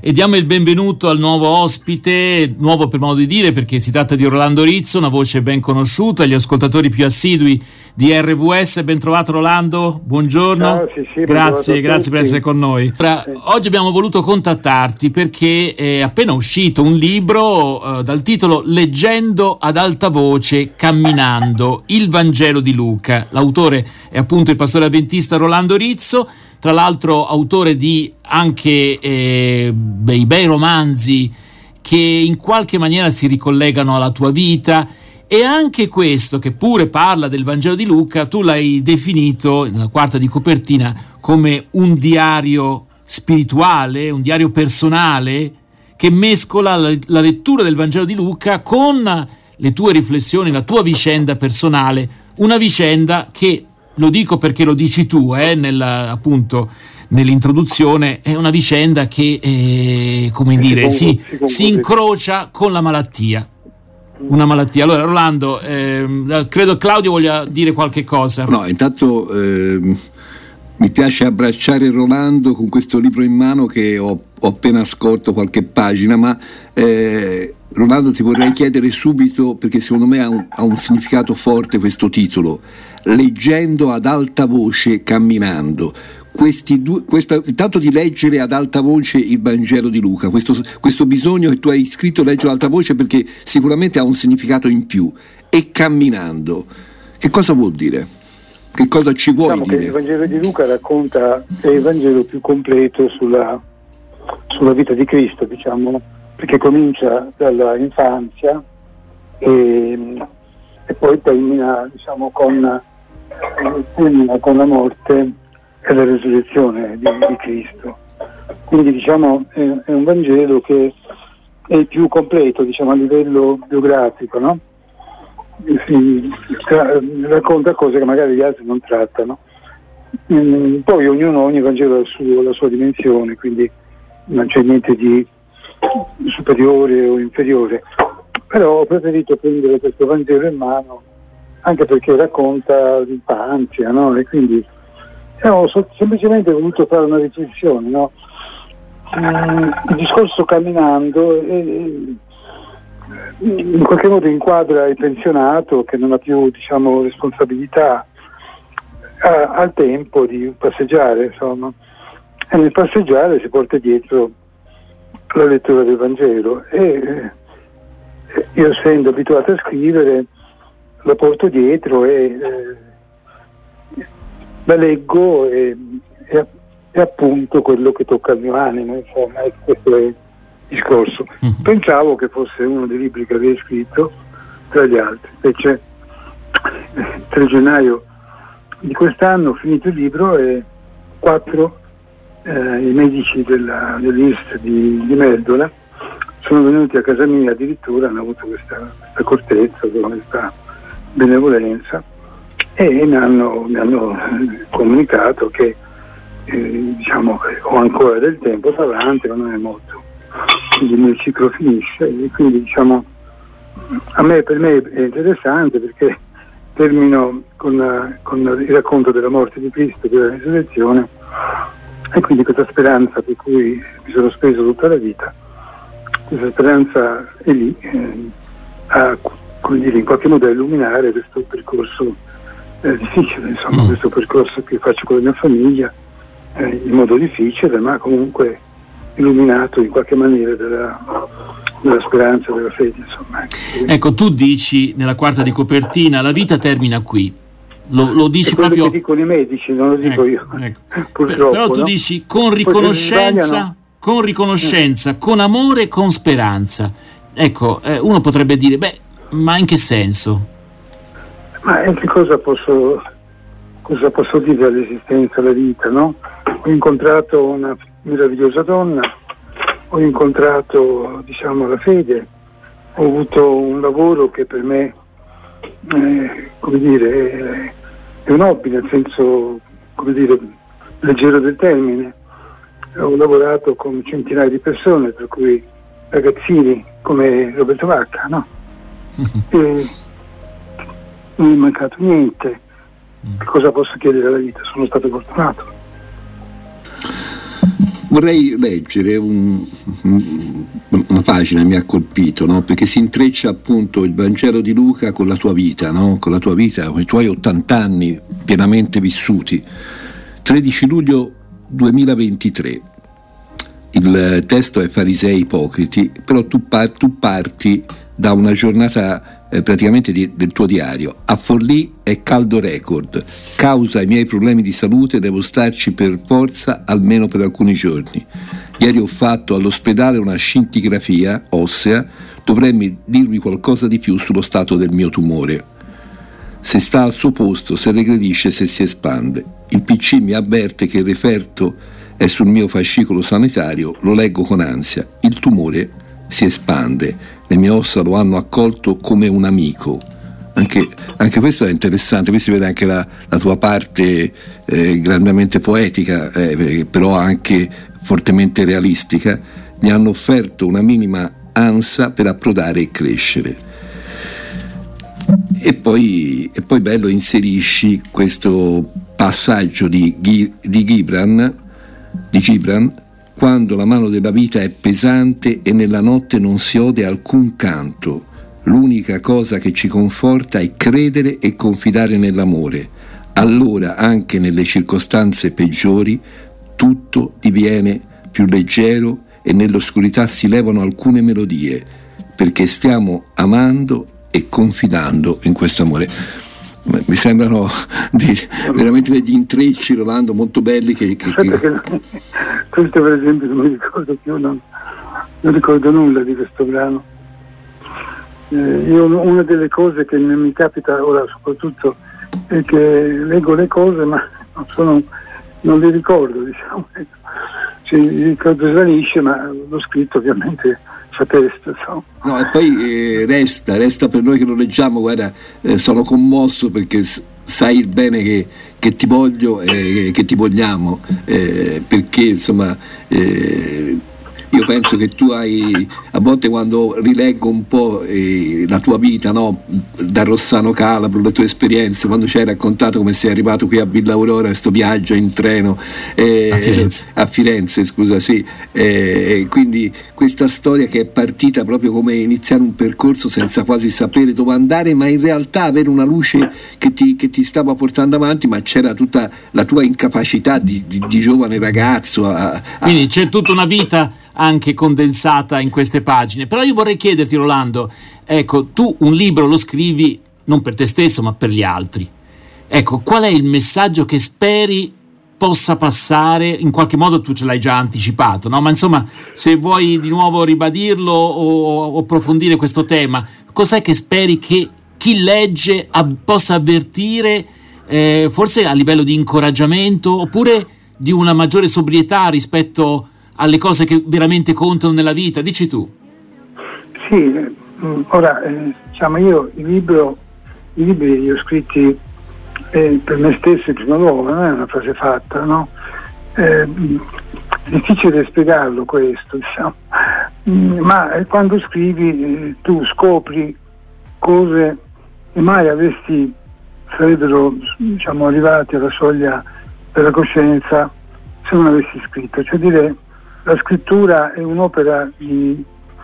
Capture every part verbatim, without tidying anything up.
e diamo il benvenuto al nuovo ospite, nuovo per modo di dire perché si tratta di Rolando Rizzo, una voce ben conosciuta agli ascoltatori più assidui di R V S. Ben trovato Rolando, buongiorno. Ciao, sì, sì, grazie, grazie per essere con noi. Ora, sì. Oggi abbiamo voluto contattarti perché è appena uscito un libro eh, dal titolo Leggendo ad alta voce, camminando, il Vangelo di Luca. L'autore è appunto il pastore avventista Rolando Rizzo, tra l'altro autore di anche eh, dei bei romanzi che in qualche maniera si ricollegano alla tua vita, e anche questo, che pure parla del Vangelo di Luca, tu l'hai definito nella quarta di copertina come un diario spirituale, un diario personale che mescola la, la lettura del Vangelo di Luca con le tue riflessioni, la tua vicenda personale, una vicenda che, lo dico perché lo dici tu, eh, nella, appunto nell'introduzione, è una vicenda che eh, come dire si, si incrocia con la malattia. Una malattia. Allora Rolando, eh, credo Claudio voglia dire qualche cosa. No, intanto eh, mi piace abbracciare Rolando con questo libro in mano che ho, ho appena scorto qualche pagina, ma eh, Rolando, ti vorrei chiedere subito, perché secondo me ha un, ha un significato forte questo titolo: leggendo ad alta voce, camminando. Questi due, questa, intanto di leggere ad alta voce il Vangelo di Luca, questo, questo bisogno che tu hai scritto, leggere ad alta voce, perché sicuramente ha un significato in più. E camminando, che cosa vuol dire? Che cosa ci vuoi diciamo dire? Che il Vangelo di Luca racconta, è il Vangelo più completo sulla, sulla vita di Cristo, diciamo, perché comincia dalla infanzia e, e poi termina, diciamo, con, termina con la morte e la resurrezione di, di Cristo. Quindi, diciamo, è, è un Vangelo che è il più completo, diciamo, a livello biografico, no? Si tra, racconta cose che magari gli altri non trattano. Mm, poi ognuno, ogni Vangelo ha il suo, la sua dimensione, quindi non c'è niente di superiore o inferiore. Però ho preferito prendere questo Vangelo in mano anche perché racconta l'infanzia, no? E quindi ho semplicemente voluto fare una riflessione, no? Mm, il discorso camminando e, in qualche modo inquadra il pensionato che non ha più, diciamo, responsabilità, ha, ha il tempo di passeggiare, insomma, e nel passeggiare si porta dietro la lettura del Vangelo e io, essendo abituato a scrivere, la porto dietro e eh, la leggo e, e, e appunto quello che tocca al mio animo, insomma, e questo è il discorso. Mm-hmm. Pensavo che fosse uno dei libri che avevi scritto tra gli altri, invece il tre gennaio di quest'anno ho finito il libro e quattro eh, i medici della, dell'I S T di, di Meldola sono venuti a casa mia, addirittura hanno avuto questa, questa accortezza, questa benevolenza, e mi hanno, mi hanno comunicato che eh, diciamo ho ancora del tempo davanti, ma non è molto, quindi il mio ciclo finisce, e quindi, diciamo, a me, per me è interessante perché termino con, la, con il racconto della morte di Cristo, della risurrezione, e quindi questa speranza per cui mi sono speso tutta la vita, questa speranza è lì eh, a, come dire, in qualche modo a illuminare questo percorso eh, difficile, insomma, mm. questo percorso che faccio con la mia famiglia eh, in modo difficile, ma comunque illuminato in qualche maniera della, della speranza, della fede, insomma. Ecco, tu dici nella quarta di copertina la vita termina qui, lo, lo dici è quello proprio, che dicono i medici, non lo dico ecco, io, ecco. purtroppo, però tu no? dici con riconoscenza, con riconoscenza, con amore e con speranza. Ecco, eh, uno potrebbe dire, beh, ma in che senso? Ma che cosa posso, cosa posso dire all'esistenza, alla vita, no? Ho incontrato una meravigliosa donna, ho incontrato, diciamo, la fede, ho avuto un lavoro che per me, eh, come dire, è, è un hobby, nel senso, come dire, leggero del termine. Ho lavorato con centinaia di persone, tra cui ragazzini come Roberto Vacca, no? E non mi è mancato niente. Che cosa posso chiedere alla vita? Sono stato fortunato. vorrei leggere un, una pagina, mi ha colpito, no? Perché si intreccia appunto il Vangelo di Luca con la tua vita, no? Con la tua vita, con i tuoi ottanta anni pienamente vissuti. tredici luglio duemilaventitré. Il testo è Farisei ipocriti, però tu, par- tu parti da una giornata eh, praticamente di, del tuo diario. A Forlì è caldo record, causa i miei problemi di salute devo starci per forza almeno per alcuni giorni. Ieri ho fatto all'ospedale una scintigrafia ossea, dovremmo dirmi qualcosa di più sullo stato del mio tumore. Se sta al suo posto, se regredisce, se si espande. Il P C mi avverte che il referto è sul mio fascicolo sanitario, lo leggo con ansia. Il tumore si espande, le mie ossa lo hanno accolto come un amico. Anche, anche questo è interessante, qui si vede anche la, la tua parte eh, grandemente poetica, eh, però anche fortemente realistica. Mi hanno offerto una minima ansa per approdare e crescere. E poi, e poi bello, inserisci questo passaggio di, di Gibran, di Gibran, quando la mano della vita è pesante e nella notte non si ode alcun canto, l'unica cosa che ci conforta è credere e confidare nell'amore. Allora, anche nelle circostanze peggiori, tutto diviene più leggero e nell'oscurità si levano alcune melodie, perché stiamo amando e confidando in questo amore. Mi sembrano dei, veramente degli intrecci, Rolando, molto belli che, che, che... che questo per esempio non mi ricordo più, non, non ricordo nulla di questo brano. Eh, io una delle cose che mi capita ora soprattutto è che leggo le cose ma non, sono, non le ricordo, diciamo. Cioè, il ricordo svanisce, ma lo scritto ovviamente fa testo, insomma. No, e poi eh, resta, resta per noi che lo leggiamo, guarda, eh, sono commosso perché s- sai il bene che, che ti voglio e che ti vogliamo, eh, perché insomma eh, io penso che tu hai, a volte quando rileggo un po' eh, la tua vita, no? Da Rossano Calabro, le tue esperienze, quando ci hai raccontato come sei arrivato qui a Villa Aurora, questo viaggio in treno eh, a Firenze, a Firenze scusa, sì, eh, quindi questa storia che è partita proprio come iniziare un percorso senza quasi sapere dove andare, ma in realtà avere una luce che ti, che ti stava portando avanti, ma c'era tutta la tua incapacità di, di, di giovane ragazzo a, a... Quindi c'è tutta una vita anche condensata in queste pagine. Però io vorrei chiederti, Rolando, ecco, tu un libro lo scrivi non per te stesso ma per gli altri. Ecco, qual è il messaggio che speri possa passare? In qualche modo tu ce l'hai già anticipato, no? Ma insomma, se vuoi di nuovo ribadirlo o, o approfondire questo tema, cos'è che speri che chi legge ab- possa avvertire, eh, forse a livello di incoraggiamento oppure di una maggiore sobrietà rispetto alle cose che veramente contano nella vita? Dici tu. Sì, ora eh, diciamo io il libro i libri li ho scritti eh, per me stesso in primo luogo, non è una frase fatta, no? Eh, difficile spiegarlo questo, diciamo, ma eh, quando scrivi eh, tu scopri cose che mai avresti sarebbero, diciamo, arrivati alla soglia della coscienza se non avessi scritto. Cioè dire, la scrittura è un'opera di,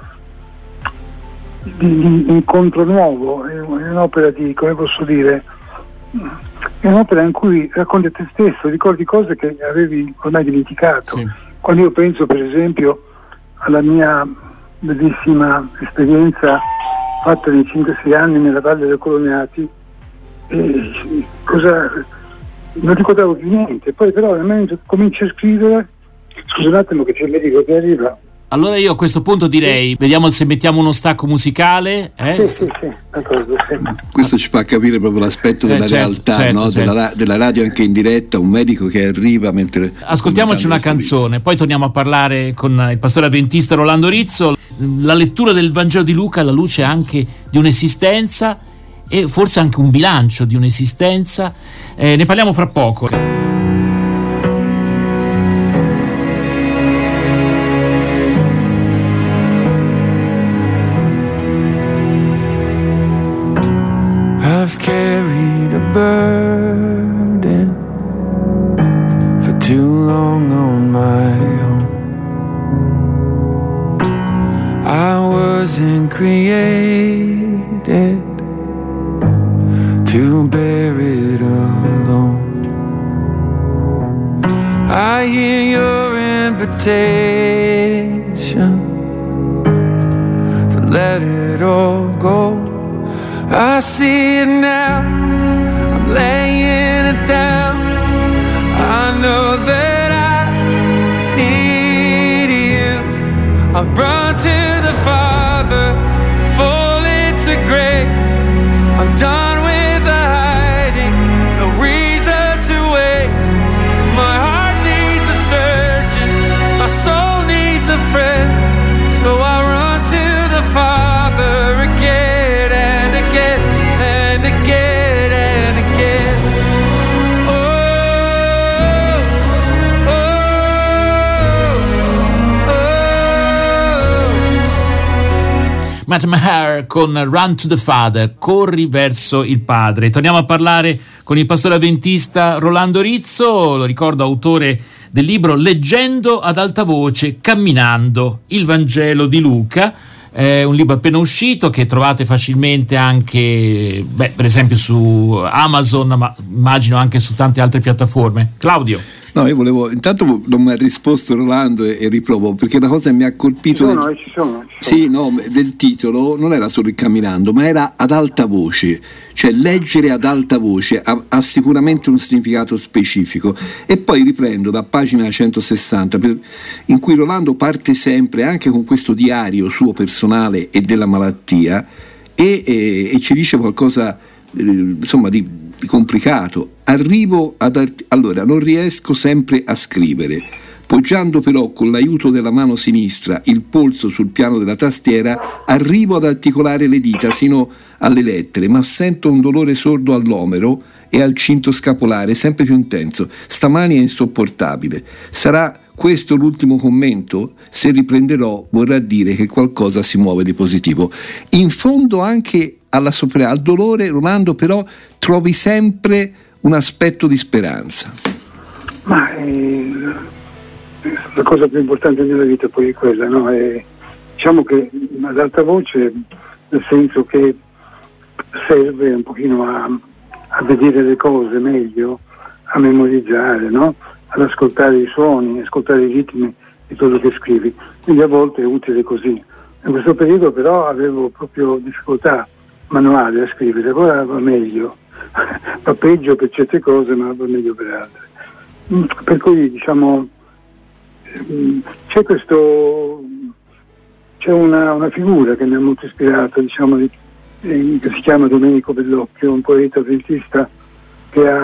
di, di incontro nuovo, è un'opera di, come posso dire, è un'opera in cui racconti te stesso, ricordi cose che avevi ormai dimenticato. Sì. Quando io penso per esempio alla mia bellissima esperienza fatta nei cinque sei anni nella Valle dei Coloniati, e cosa, non ricordavo più niente, poi però nel momento che cominci a scrivere. Scusa un attimo che c'è il medico che arriva. Allora io a questo punto direi, sì. Vediamo se mettiamo uno stacco musicale. Eh? Sì, sì, sì, d'accordo, sì. Questo ci fa capire proprio l'aspetto della eh, certo, realtà, certo, no? certo. Della, della radio anche in diretta, un medico che arriva mentre... Ascoltiamoci una canzone, poi torniamo a parlare con il pastore avventista Rolando Rizzo. La lettura del Vangelo di Luca alla luce anche di un'esistenza e forse anche un bilancio di un'esistenza. Eh, ne parliamo fra poco. I've carried a burden for too long on my own. wasn't created to bear it alone. I hear your invitation to let it all go. I see it now, I'm laying it down. I know that I need you. I've run to the Father, fall into grace. I'm done with the hiding, no reason to wait. My heart needs a surgeon, my soul needs a friend. So I run to the Father again and again and again and again. Oh, oh, oh. Matt Maher con Run to the Father, corri verso il Padre. Torniamo a parlare con il pastore avventista Rolando Rizzo, lo ricordo autore del libro Leggendo ad alta voce, camminando, il Vangelo di Luca. È un libro appena uscito che trovate facilmente anche, beh, per esempio su Amazon, ma immagino anche su tante altre piattaforme. Claudio. No, io volevo, intanto non mi ha risposto Rolando e, e riprovo, perché una cosa che mi ha colpito Ci sono, del, ci sono, ci sono. sì, no, del titolo non era solo il camminando, ma era ad alta voce, cioè leggere ad alta voce ha, ha sicuramente un significato specifico. E poi riprendo da pagina centosessanta, per, in cui Rolando parte sempre anche con questo diario suo personale e della malattia e, e, e ci dice qualcosa eh, insomma di complicato. Arrivo ad art- allora non riesco sempre a scrivere, poggiando però con l'aiuto della mano sinistra il polso sul piano della tastiera arrivo ad articolare le dita sino alle lettere, ma sento un dolore sordo all'omero e al cinto scapolare sempre più intenso. Stamani è insopportabile. Sarà questo l'ultimo commento? Se riprenderò vorrà dire che qualcosa si muove di positivo. In fondo anche alla sopra, al dolore, Rolando, però trovi sempre un aspetto di speranza. Ma eh, la cosa più importante nella vita poi è quella, no? È, diciamo che ad alta voce, nel senso che serve un pochino a, a vedere le cose meglio, a memorizzare, no? Ad ascoltare i suoni, ascoltare i ritmi di quello che scrivi. Quindi a volte è utile così. In questo periodo però avevo proprio difficoltà manuale a scrivere, ora va meglio, va peggio per certe cose ma va meglio per altre. Per cui diciamo c'è questo c'è una, una figura che mi ha molto ispirato, diciamo, di, eh, che si chiama Domenico Bellocchio, un poeta avventista che ha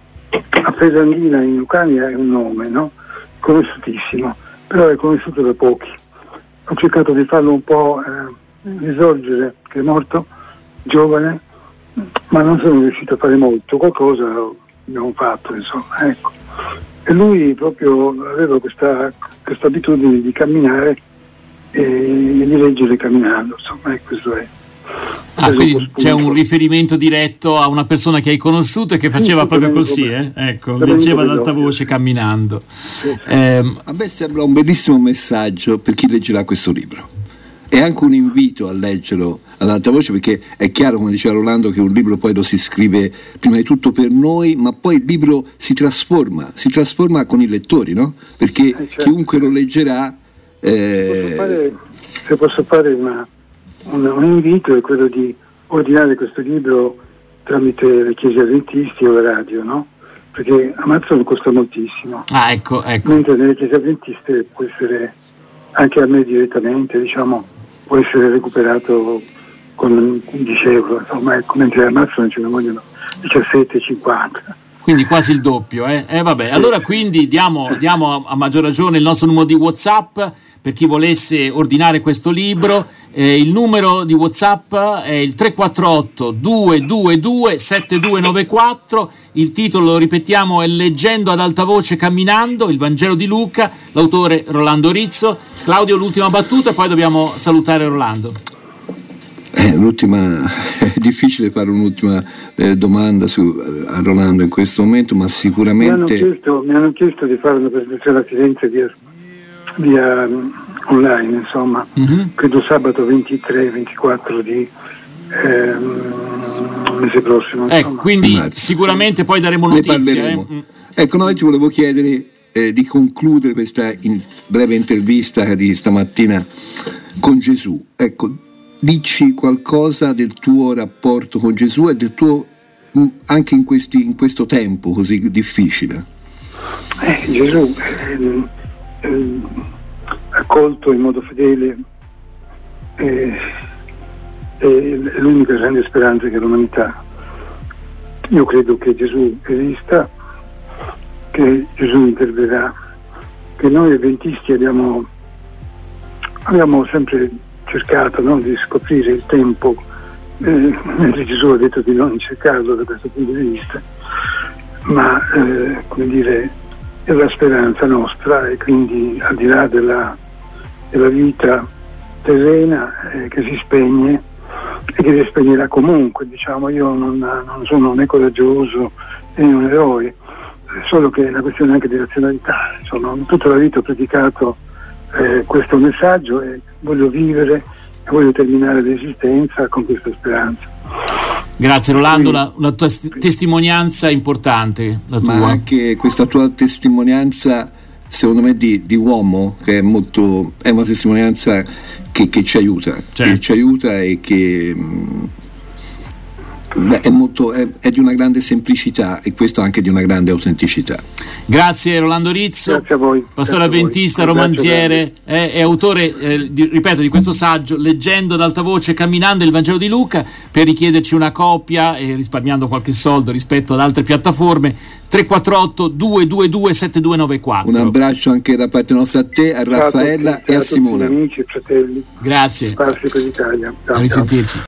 a Fesandina in Lucania è un nome, no? Conosciutissimo, però è conosciuto da pochi. Ho cercato di farlo un po' eh, risorgere, che è morto giovane, ma non sono riuscito a fare molto, qualcosa abbiamo fatto, insomma, ecco. E lui proprio aveva questa, questa abitudine di camminare e di leggere camminando, insomma, e questo è. Ah, quindi c'è un riferimento diretto a una persona che hai conosciuto e che faceva sì, proprio così, eh? Ecco, leggeva ad alta voce camminando. Sì, sì. Eh, a me sembra un bellissimo messaggio per chi leggerà questo libro. È anche un invito a leggerlo ad alta voce, perché è chiaro, come diceva Rolando, che un libro poi lo si scrive prima di tutto per noi, ma poi il libro si trasforma, si trasforma con i lettori, no? Perché eh, certo. Chiunque lo leggerà... Eh... Posso fare, se posso fare una, un, un invito è quello di ordinare questo libro tramite le chiese avventisti o la radio, no? Perché Amazon costa moltissimo. Ah, ecco, ecco. Mentre nelle chiese avventiste può essere, anche a me direttamente, diciamo, può essere recuperato con quindici euro, insomma, ecco, mentre Amazon ce ne vogliono diciassette cinquanta. Quindi quasi il doppio, eh? Eh vabbè, allora quindi diamo, diamo a, a maggior ragione il nostro numero di WhatsApp per chi volesse ordinare questo libro. Eh, il numero di WhatsApp è il tre quattro otto due due due sette due nove quattro. Il titolo, lo ripetiamo, è Leggendo ad alta voce camminando, il Vangelo di Luca, l'autore Rolando Rizzo. Claudio, l'ultima battuta e poi dobbiamo salutare Rolando. Eh, l'ultima, è difficile fare un'ultima eh, domanda su, a Rolando in questo momento, ma sicuramente... Mi hanno chiesto, mi hanno chiesto di fare una presentazione a Firenze via, via online, insomma, mm-hmm. credo sabato ventitré ventiquattro di ehm, mese prossimo. Eh, quindi Grazie. Sicuramente poi daremo notizie. Eh. Ecco, noi ti volevo chiedere eh, di concludere questa in breve intervista di stamattina con Gesù. Ecco, dici qualcosa del tuo rapporto con Gesù e del tuo anche in, questi, in questo tempo così difficile. Eh, Gesù eh, eh, accolto in modo fedele eh, è l'unica grande speranza che l'umanità. Io credo che Gesù esista, che Gesù interverrà, che noi adventisti abbiamo, abbiamo sempre cercato, no, di scoprire il tempo, eh, mentre Gesù ha detto di non cercarlo da questo punto di vista, ma eh, come dire, è la speranza nostra, e quindi al di là della, della vita terrena eh, che si spegne e che si spegnerà comunque, diciamo. Io non, non sono né coraggioso né un eroe, solo che è una questione anche di razionalità. Insomma, tutta la vita ho predicato eh, questo messaggio e voglio vivere e voglio terminare l'esistenza con questa speranza. Grazie Rolando, una, una tua st- testimonianza importante, la tua. Ma anche questa tua testimonianza, secondo me, di, di uomo, che è molto, è una testimonianza che, che ci aiuta, certo. che ci aiuta e che mh, beh, è, molto, è, è di una grande semplicità, e questo anche di una grande autenticità. Grazie Rolando Rizzo, grazie a voi, pastore avventista, romanziere e eh, autore, eh, di, ripeto, di questo saggio Leggendo ad alta voce, camminando il Vangelo di Luca. Per richiederci una copia e eh, risparmiando qualche soldo rispetto ad altre piattaforme, tre quattro otto due due due sette due nove quattro. Un abbraccio anche da parte nostra a te, a Raffaella e a Simona. Amici e fratelli. Grazie. Sparsi per l'Italia. A risentirci.